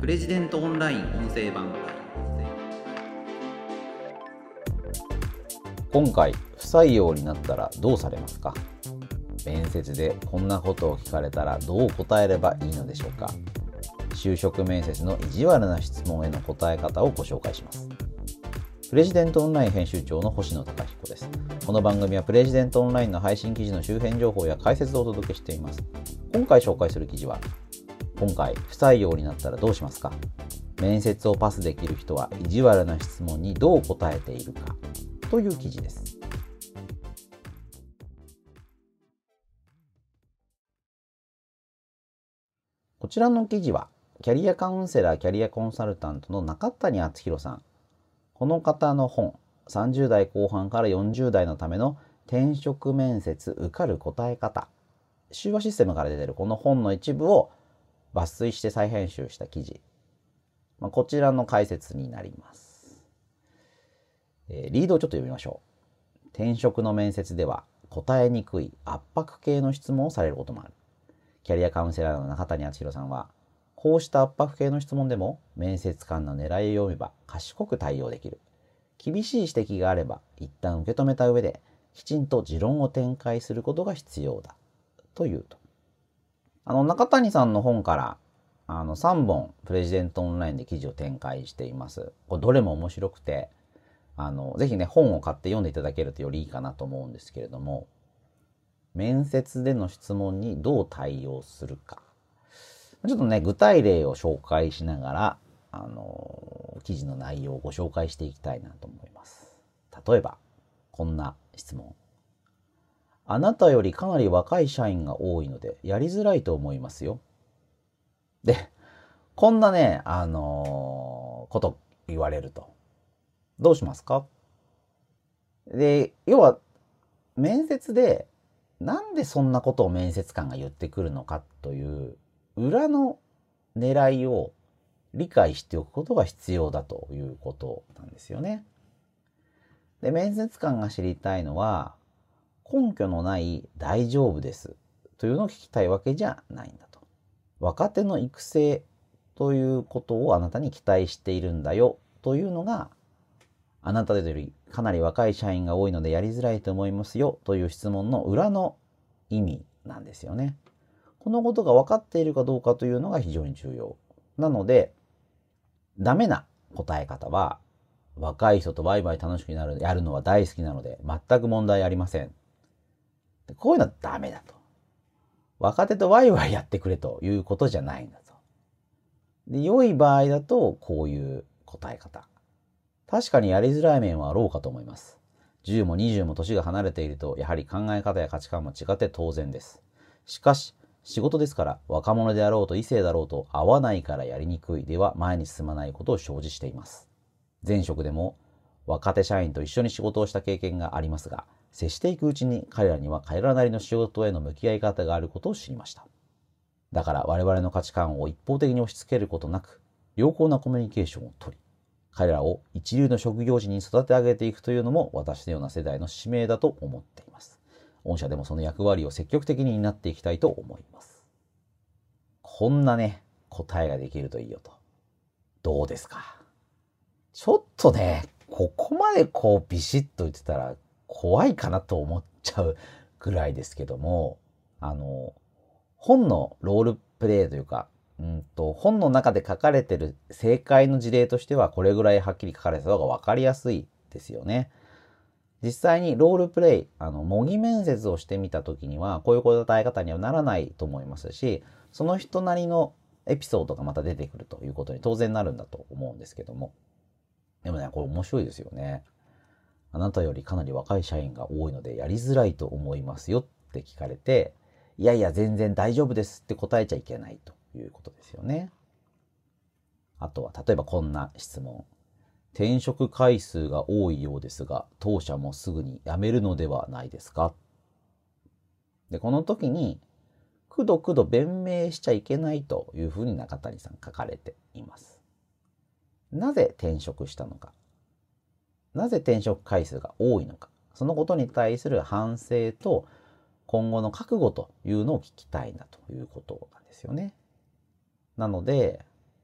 プレジデントオンライン音声版。 今回不採用になったらどうされますか？面接でこんなことを聞かれたらどう答えればいいのでしょうか？就職面接の意地悪な質問への答え方をご紹介します。プレジデントオンライン編集長の星野貴彦です。この番組はプレジデントオンラインの配信記事の周辺情報や解説をお届けしています。今回紹介する記事は、今回不採用になったらどうしますか？面接をパスできる人は意地悪な質問にどう答えているかという記事です。こちらの記事はキャリアカウンセラー、キャリアコンサルタントの中谷敦弘さん、この方の本、30代後半から40代のための転職面接受かる答え方、修和システムから出ているこの本の一部を抜粋して再編集した記事、こちらの解説になります。リードをちょっと読みましょう。転職の面接では答えにくい圧迫系の質問をされることもある。キャリアカウンセラーの中谷敦弘さんは、こうした圧迫系の質問でも面接官の狙いを読めば賢く対応できる。厳しい指摘があれば一旦受け止めた上できちんと持論を展開することが必要だというと。中谷さんの本から3本プレジデントオンラインで記事を展開しています。これどれも面白くて、ぜひね、本を買って読んでいただけるとよりいいかなと思うんですけれども、面接での質問にどう対応するか。ちょっとね、具体例を紹介しながら、記事の内容をご紹介していきたいなと思います。例えば、こんな質問。あなたよりかなり若い社員が多いので、やりづらいと思いますよ。で、こんなね、こと言われると。どうしますか？で、要は、面接で、なんでそんなことを面接官が言ってくるのかという裏の狙いを理解しておくことが必要だということなんですよね。で、面接官が知りたいのは、根拠のない大丈夫ですというのを聞きたいわけじゃないんだと。若手の育成ということをあなたに期待しているんだよというのが、あなたよりかなり若い社員が多いのでやりづらいと思いますよという質問の裏の意味なんですよね。このことが分かっているかどうかというのが非常に重要。なので、ダメな答え方は、若い人とワイワイ楽しくやるのは大好きなので全く問題ありません。こういうのはダメだと。若手とワイワイやってくれということじゃないんだと。で、良い場合だとこういう答え方。確かにやりづらい面はあろうかと思います。10も20も年が離れていると、やはり考え方や価値観も違って当然です。しかし、仕事ですから、若者であろうと異性だろうと合わないからやりにくいでは前に進まないことを承知しています。前職でも若手社員と一緒に仕事をした経験がありますが、接していくうちに彼らには彼らなりの仕事への向き合い方があることを知りました。だから我々の価値観を一方的に押し付けることなく、良好なコミュニケーションをとり、彼らを一流の職業人に育て上げていくというのも私のような世代の使命だと思っています。御社でもその役割を積極的に担っていきたいと思います。こんなね、答えができるといいよと。どうですか？ちょっとね、ここまでビシッと言ってたら怖いかなと思っちゃうぐらいですけども、本のロールプレイというか、本の中で書かれてる正解の事例としてはこれぐらいはっきり書かれた方が分かりやすいですよね。実際にロールプレイ、模擬面接をしてみた時にはこういう答え方にはならないと思いますし、その人なりのエピソードがまた出てくるということに当然なるんだと思うんですけども。でもね、これ面白いですよね。あなたよりかなり若い社員が多いのでやりづらいと思いますよって聞かれて、いやいや全然大丈夫ですって答えちゃいけないということですよね。あとは例えばこんな質問。転職回数が多いようですが、当社もすぐに辞めるのではないですか？で、この時に、くどくど弁明しちゃいけないというふうに中谷さん書かれています。なぜ転職したのか。なぜ転職回数が多いのか。そのことに対する反省と今後の覚悟というのを聞きたいんだということなんですよね。なので、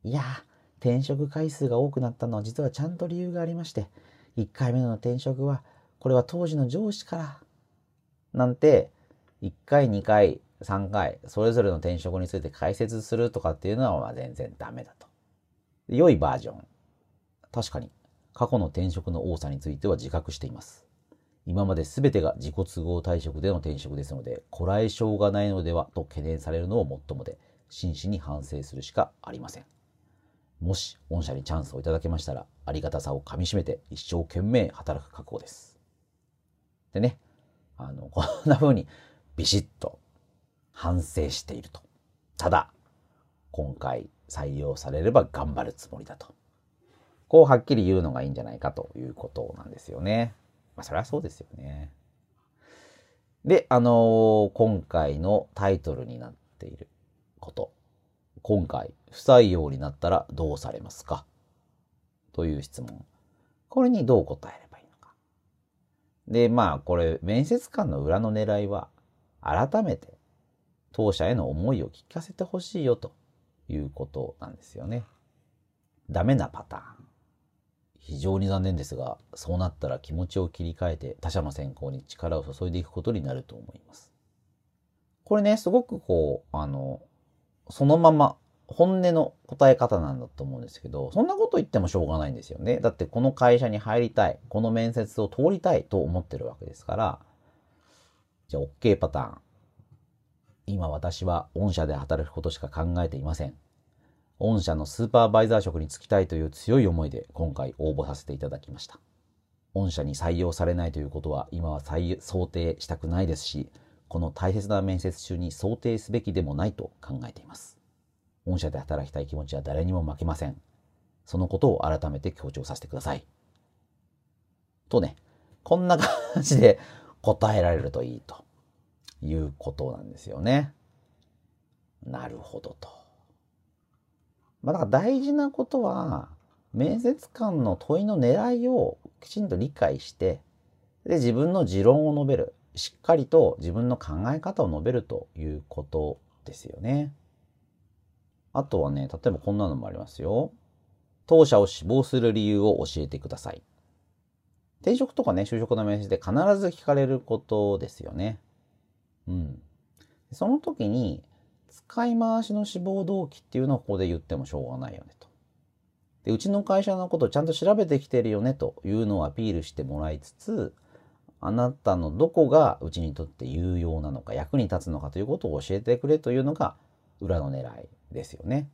いや転職回数が多くなったのは実はちゃんと理由がありまして、1回目の転職はこれは当時の上司からなんて1回2回3回それぞれの転職について解説するとかっていうのは全然ダメだと。良いバージョン。確かに過去の転職の多さについては自覚しています。今まで全てが自己都合退職での転職ですので、こらえ性がないのではと懸念されるのをもっともで、真摯に反省するしかありません。もし御社にチャンスをいただけましたら、ありがたさをかみしめて一生懸命働く覚悟です。でね、こんな風にビシッと反省していると。ただ、今回採用されれば頑張るつもりだと。こうはっきり言うのがいいんじゃないかということなんですよね。それはそうですよね。で、今回のタイトルになっていること。今回不採用になったらどうされますかという質問。これにどう答えればいいのか。で、これ面接官の裏の狙いは改めて当社への思いを聞かせてほしいよということなんですよね。ダメなパターン。非常に残念ですが、そうなったら気持ちを切り替えて他者の選考に力を注いでいくことになると思います。これね、すごくそのまま本音の答え方なんだと思うんですけど、そんなこと言ってもしょうがないんですよね。だってこの会社に入りたい、この面接を通りたいと思ってるわけですから、じゃあ OK パターン。今私は御社で働くことしか考えていません。御社のスーパーバイザー職に就きたいという強い思いで今回応募させていただきました。御社に採用されないということは今は想定したくないですし、この大切な面接中に想定すべきでもないと考えています。御社で働きたい気持ちは誰にも負けません。そのことを改めて強調させてください。とね、こんな感じで答えられるといいということなんですよね。なるほどと。だから大事なことは、面接官の問いの狙いをきちんと理解して、で、自分の持論を述べる。しっかりと自分の考え方を述べるということですよね。あとはね、例えばこんなのもありますよ。当社を志望する理由を教えてください。転職とかね、就職の面接で必ず聞かれることですよね。その時に、使い回しの志望動機っていうのをここで言ってもしょうがないよねと。で、うちの会社のことをちゃんと調べてきてるよねというのをアピールしてもらいつつ、あなたのどこがうちにとって有用なのか、役に立つのかということを教えてくれというのが裏の狙いですよね。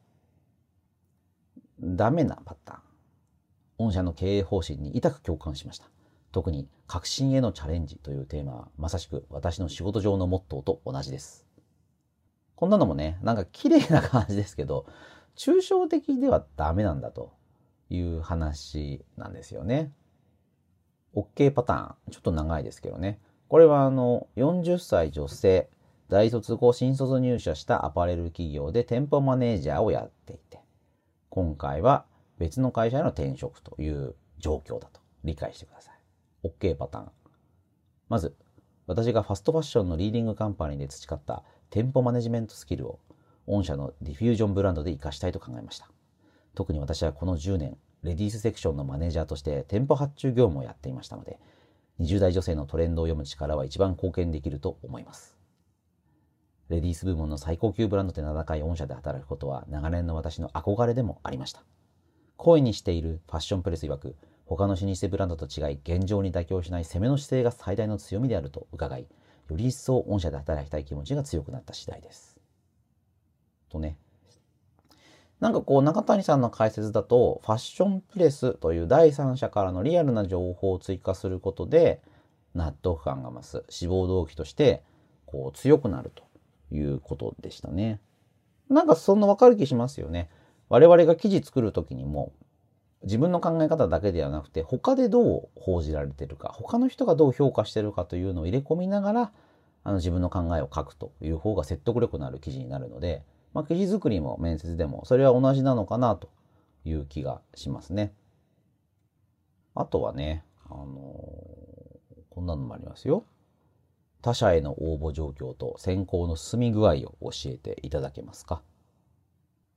ダメなパターン。御社の経営方針に痛く共感しました。特に革新へのチャレンジというテーマはまさしく私の仕事上のモットーと同じです。こんなのもね、なんか綺麗な感じですけど、抽象的ではダメなんだという話なんですよね。OK パターン、ちょっと長いですけどね。これは40歳女性、大卒後新卒入社したアパレル企業で店舗マネージャーをやっていて、今回は別の会社への転職という状況だと理解してください。OK パターン。まず、私がファストファッションのリーディングカンパニーで培った店舗マネジメントスキルを御社のディフュージョンブランドで活かしたいと考えました。特に私はこの10年、レディースセクションのマネージャーとして店舗発注業務をやっていましたので、20代女性のトレンドを読む力は一番貢献できると思います。レディース部門の最高級ブランドで名高い御社で働くことは長年の私の憧れでもありました。声にしているファッションプレス曰く、他の老舗ブランドと違い現状に妥協しない攻めの姿勢が最大の強みであると伺い、より一層御社で働きたい気持ちが強くなった次第です。とね。なんか中谷さんの解説だと、ファッションプレスという第三者からのリアルな情報を追加することで、納得感が増す、志望動機として強くなるということでしたね。なんかそんな分かる気しますよね。我々が記事作るときにも、自分の考え方だけではなくて、他でどう報じられているか、他の人がどう評価しているかというのを入れ込みながら、自分の考えを書くという方が説得力のある記事になるので、記事作りも面接でもそれは同じなのかなという気がしますね。あとはね、こんなのもありますよ。他社への応募状況と選考の進み具合を教えていただけますか。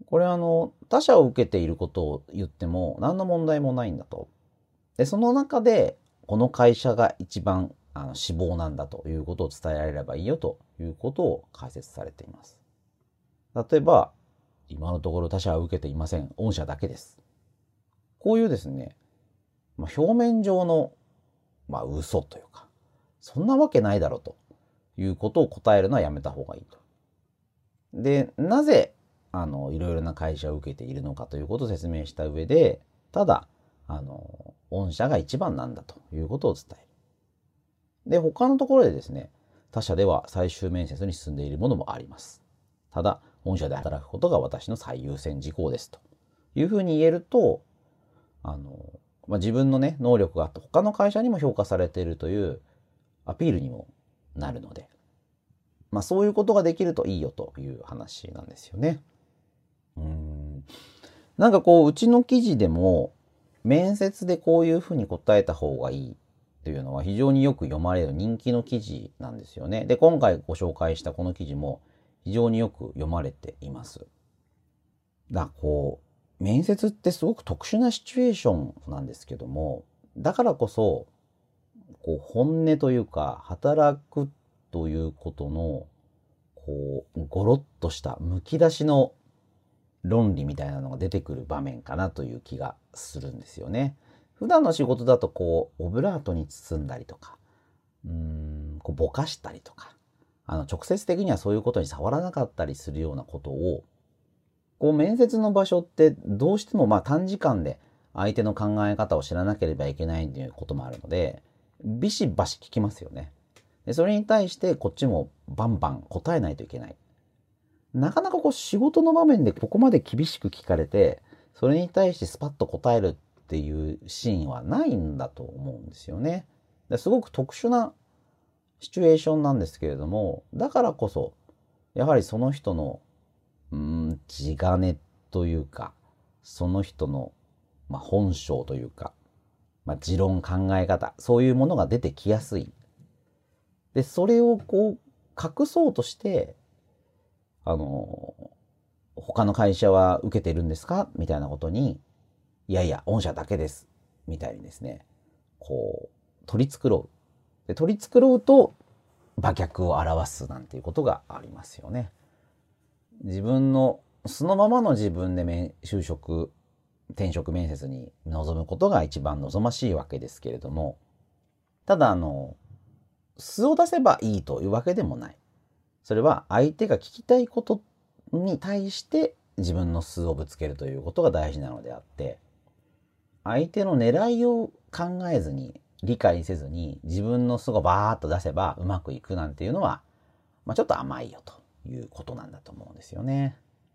これ他者を受けていることを言っても何の問題もないんだと。で、その中でこの会社が一番志望なんだということを伝えられればいいよということを解説されています。例えば、今のところ他社は受けていません。御社だけです。こういうですね、表面上の、嘘というか、そんなわけないだろうということを答えるのはやめた方がいいと。で、なぜ、いろいろな会社を受けているのかということを説明した上で、ただ、御社が一番なんだということを伝える。で、他のところでですね、他社では最終面接に進んでいるものもあります。ただ、御社で働くことが私の最優先事項ですというふうに言えると、自分のね、能力があって他の会社にも評価されているというアピールにもなるので、そういうことができるといいよという話なんですよね。なんかうちの記事でも面接でこういうふうに答えた方がいいというのは非常によく読まれる人気の記事なんですよね。で、今回ご紹介したこの記事も非常によく読まれています。面接ってすごく特殊なシチュエーションなんですけども、だからこそ、本音というか、働くということの、ゴロッとしたむき出しの論理みたいなのが出てくる場面かなという気がするんですよね。普段の仕事だとオブラートに包んだりとか、ぼかしたりとか、直接的にはそういうことに触らなかったりするようなことを、面接の場所ってどうしても短時間で相手の考え方を知らなければいけないということもあるので、ビシバシ聞きますよね。で、それに対してこっちもバンバン答えないといけない。なかなか仕事の場面でここまで厳しく聞かれて、それに対してスパッと答えるっていうシーンはないんだと思うんですよね。ですごく特殊なシチュエーションなんですけれども、だからこそ、やはりその人の地金というか、その人の、本性というか、持論考え方、そういうものが出てきやすい。で、それを隠そうとして、他の会社は受けてるんですかみたいなことに、いやいや、御社だけです。みたいにですね、取り繕う。で、取り繕うと、馬脚を表すなんていうことがありますよね。自分のそのままの自分で就職転職面接に臨むことが一番望ましいわけですけれども、ただ素を出せばいいというわけでもない。それは相手が聞きたいことに対して自分の素をぶつけるということが大事なのであって、相手の狙いを考えずに理解せずに自分の素をバーッと出せばうまくいくなんていうのは、ちょっと甘いよということなんだと思うんですよね。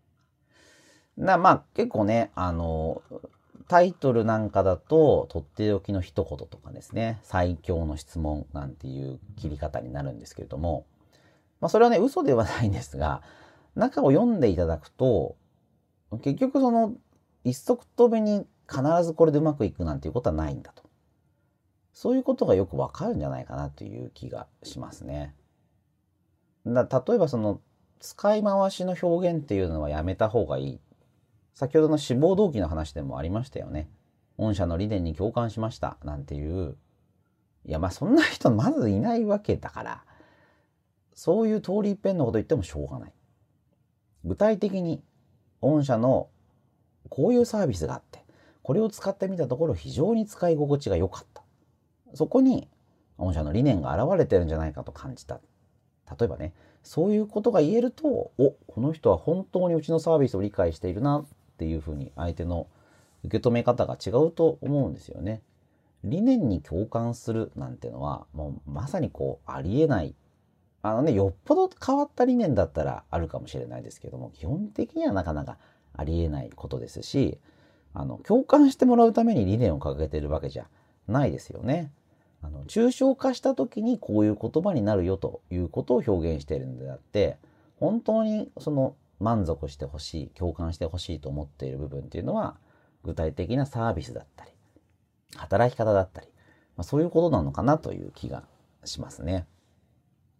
結構ね、タイトルなんかだと、とっておきの一言とかですね、最強の質問なんていう切り方になるんですけれども、それはね、嘘ではないんですが、中を読んでいただくと、結局一足飛びに必ずこれでうまくいくなんていうことはないんだと。そういうことがよくわかるんじゃないかなという気がしますね。例えば使い回しの表現っていうのはやめた方がいい。先ほどの志望動機の話でもありましたよね。御社の理念に共感しましたなんていう。いや、そんな人まずいないわけだから、そういう通り一遍のこと言ってもしょうがない。具体的に、御社のこういうサービスがあって、これを使ってみたところ非常に使い心地が良かった。そこに、御社の理念が現れてるんじゃないかと感じた。例えばね、そういうことが言えると、この人は本当にうちのサービスを理解しているなっていうふうに相手の受け止め方が違うと思うんですよね。理念に共感するなんてのは、もうまさにありえない。よっぽど変わった理念だったらあるかもしれないですけども、基本的にはなかなかありえないことですし、共感してもらうために理念を掲げているわけじゃないですよね。抽象化した時にこういう言葉になるよということを表現しているのであって、本当に満足してほしい、共感してほしいと思っている部分っていうのは、具体的なサービスだったり、働き方だったり、そういうことなのかなという気がしますね。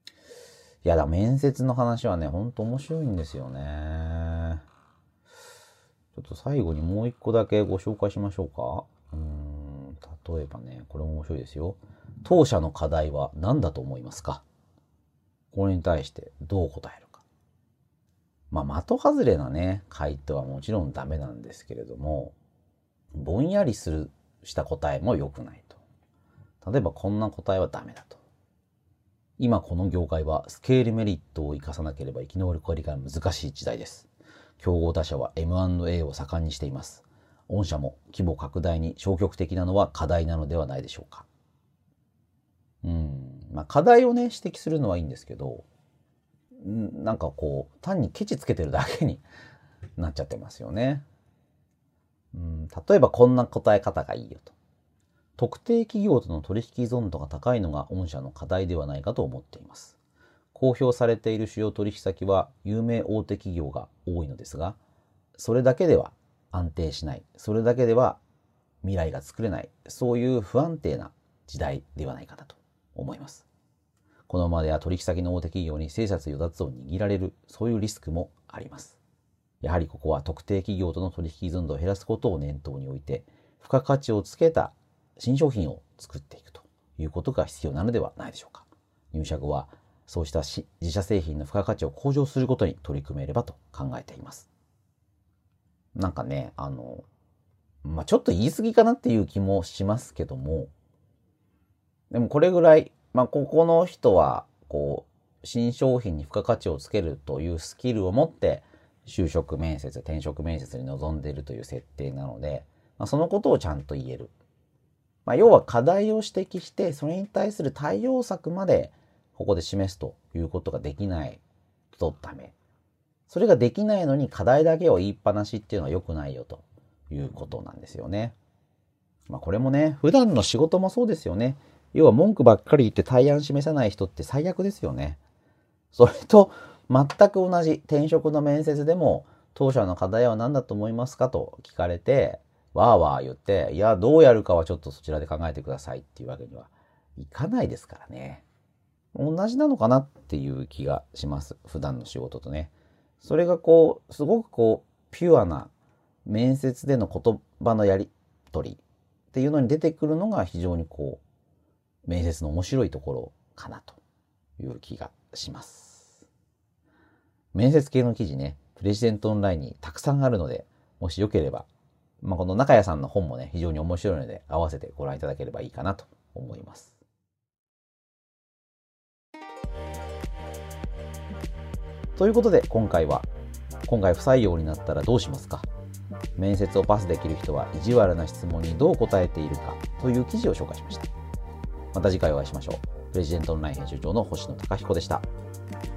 いや面接の話はね、ほんと面白いんですよね。 ちょっと最後にもう一個だけご紹介しましょうか。例えばね、これも面白いですよ。当社の課題は何だと思いますか？これに対してどう答えるか。的外れなね、回答はもちろんダメなんですけれども、ぼんやりした答えも良くないと。例えばこんな答えはダメだと。今この業界はスケールメリットを生かさなければ生き残りが難しい時代です。競合他社は M&A を盛んにしています。御社も規模拡大に消極的なのは課題なのではないでしょうか。課題をね、指摘するのはいいんですけど、なんかこう、単にケチつけてるだけになっちゃってますよね。例えばこんな答え方がいいよと。特定企業との取引依存度が高いのが御社の課題ではないかと思っています。公表されている主要取引先は有名大手企業が多いのですが、それだけでは安定しない、それだけでは未来が作れない、そういう不安定な時代ではないかなと思います。このままでは取引先の大手企業に生殺与奪を握られる、そういうリスクもあります。やはりここは特定企業との取引依存度を減らすことを念頭に置いて、付加価値をつけた新商品を作っていくということが必要なのではないでしょうか。入社後はそうした自社製品の付加価値を向上することに取り組めればと考えています。なんかね、ちょっと言い過ぎかなっていう気もしますけども、でもこれぐらい、ここの人は新商品に付加価値をつけるというスキルを持って就職面接、転職面接に臨んでいるという設定なので、そのことをちゃんと言える。要は課題を指摘して、それに対する対応策までここで示すということができないとダメ。それができないのに課題だけを言いっぱなしっていうのは良くないよということなんですよね。これもね、普段の仕事もそうですよね。要は文句ばっかり言って対案示さない人って最悪ですよね。それと全く同じ転職の面接でも、当社の課題は何だと思いますかと聞かれて、わーわー言って、いや、どうやるかはちょっとそちらで考えてくださいっていうわけにはいかないですからね。同じなのかなっていう気がします。普段の仕事とね。それがすごくピュアな面接での言葉のやり取りっていうのに出てくるのが非常に面接の面白いところかなという気がします。面接系の記事ね、プレジデントオンラインにたくさんあるので、もしよければ、この中谷さんの本もね、非常に面白いので、合わせてご覧いただければいいかなと思います。ということで、今回不採用になったらどうしますか？面接をパスできる人は意地悪な質問にどう答えているかという記事を紹介しました。また次回お会いしましょう。プレジデントオンライン編集長の星野貴彦でした。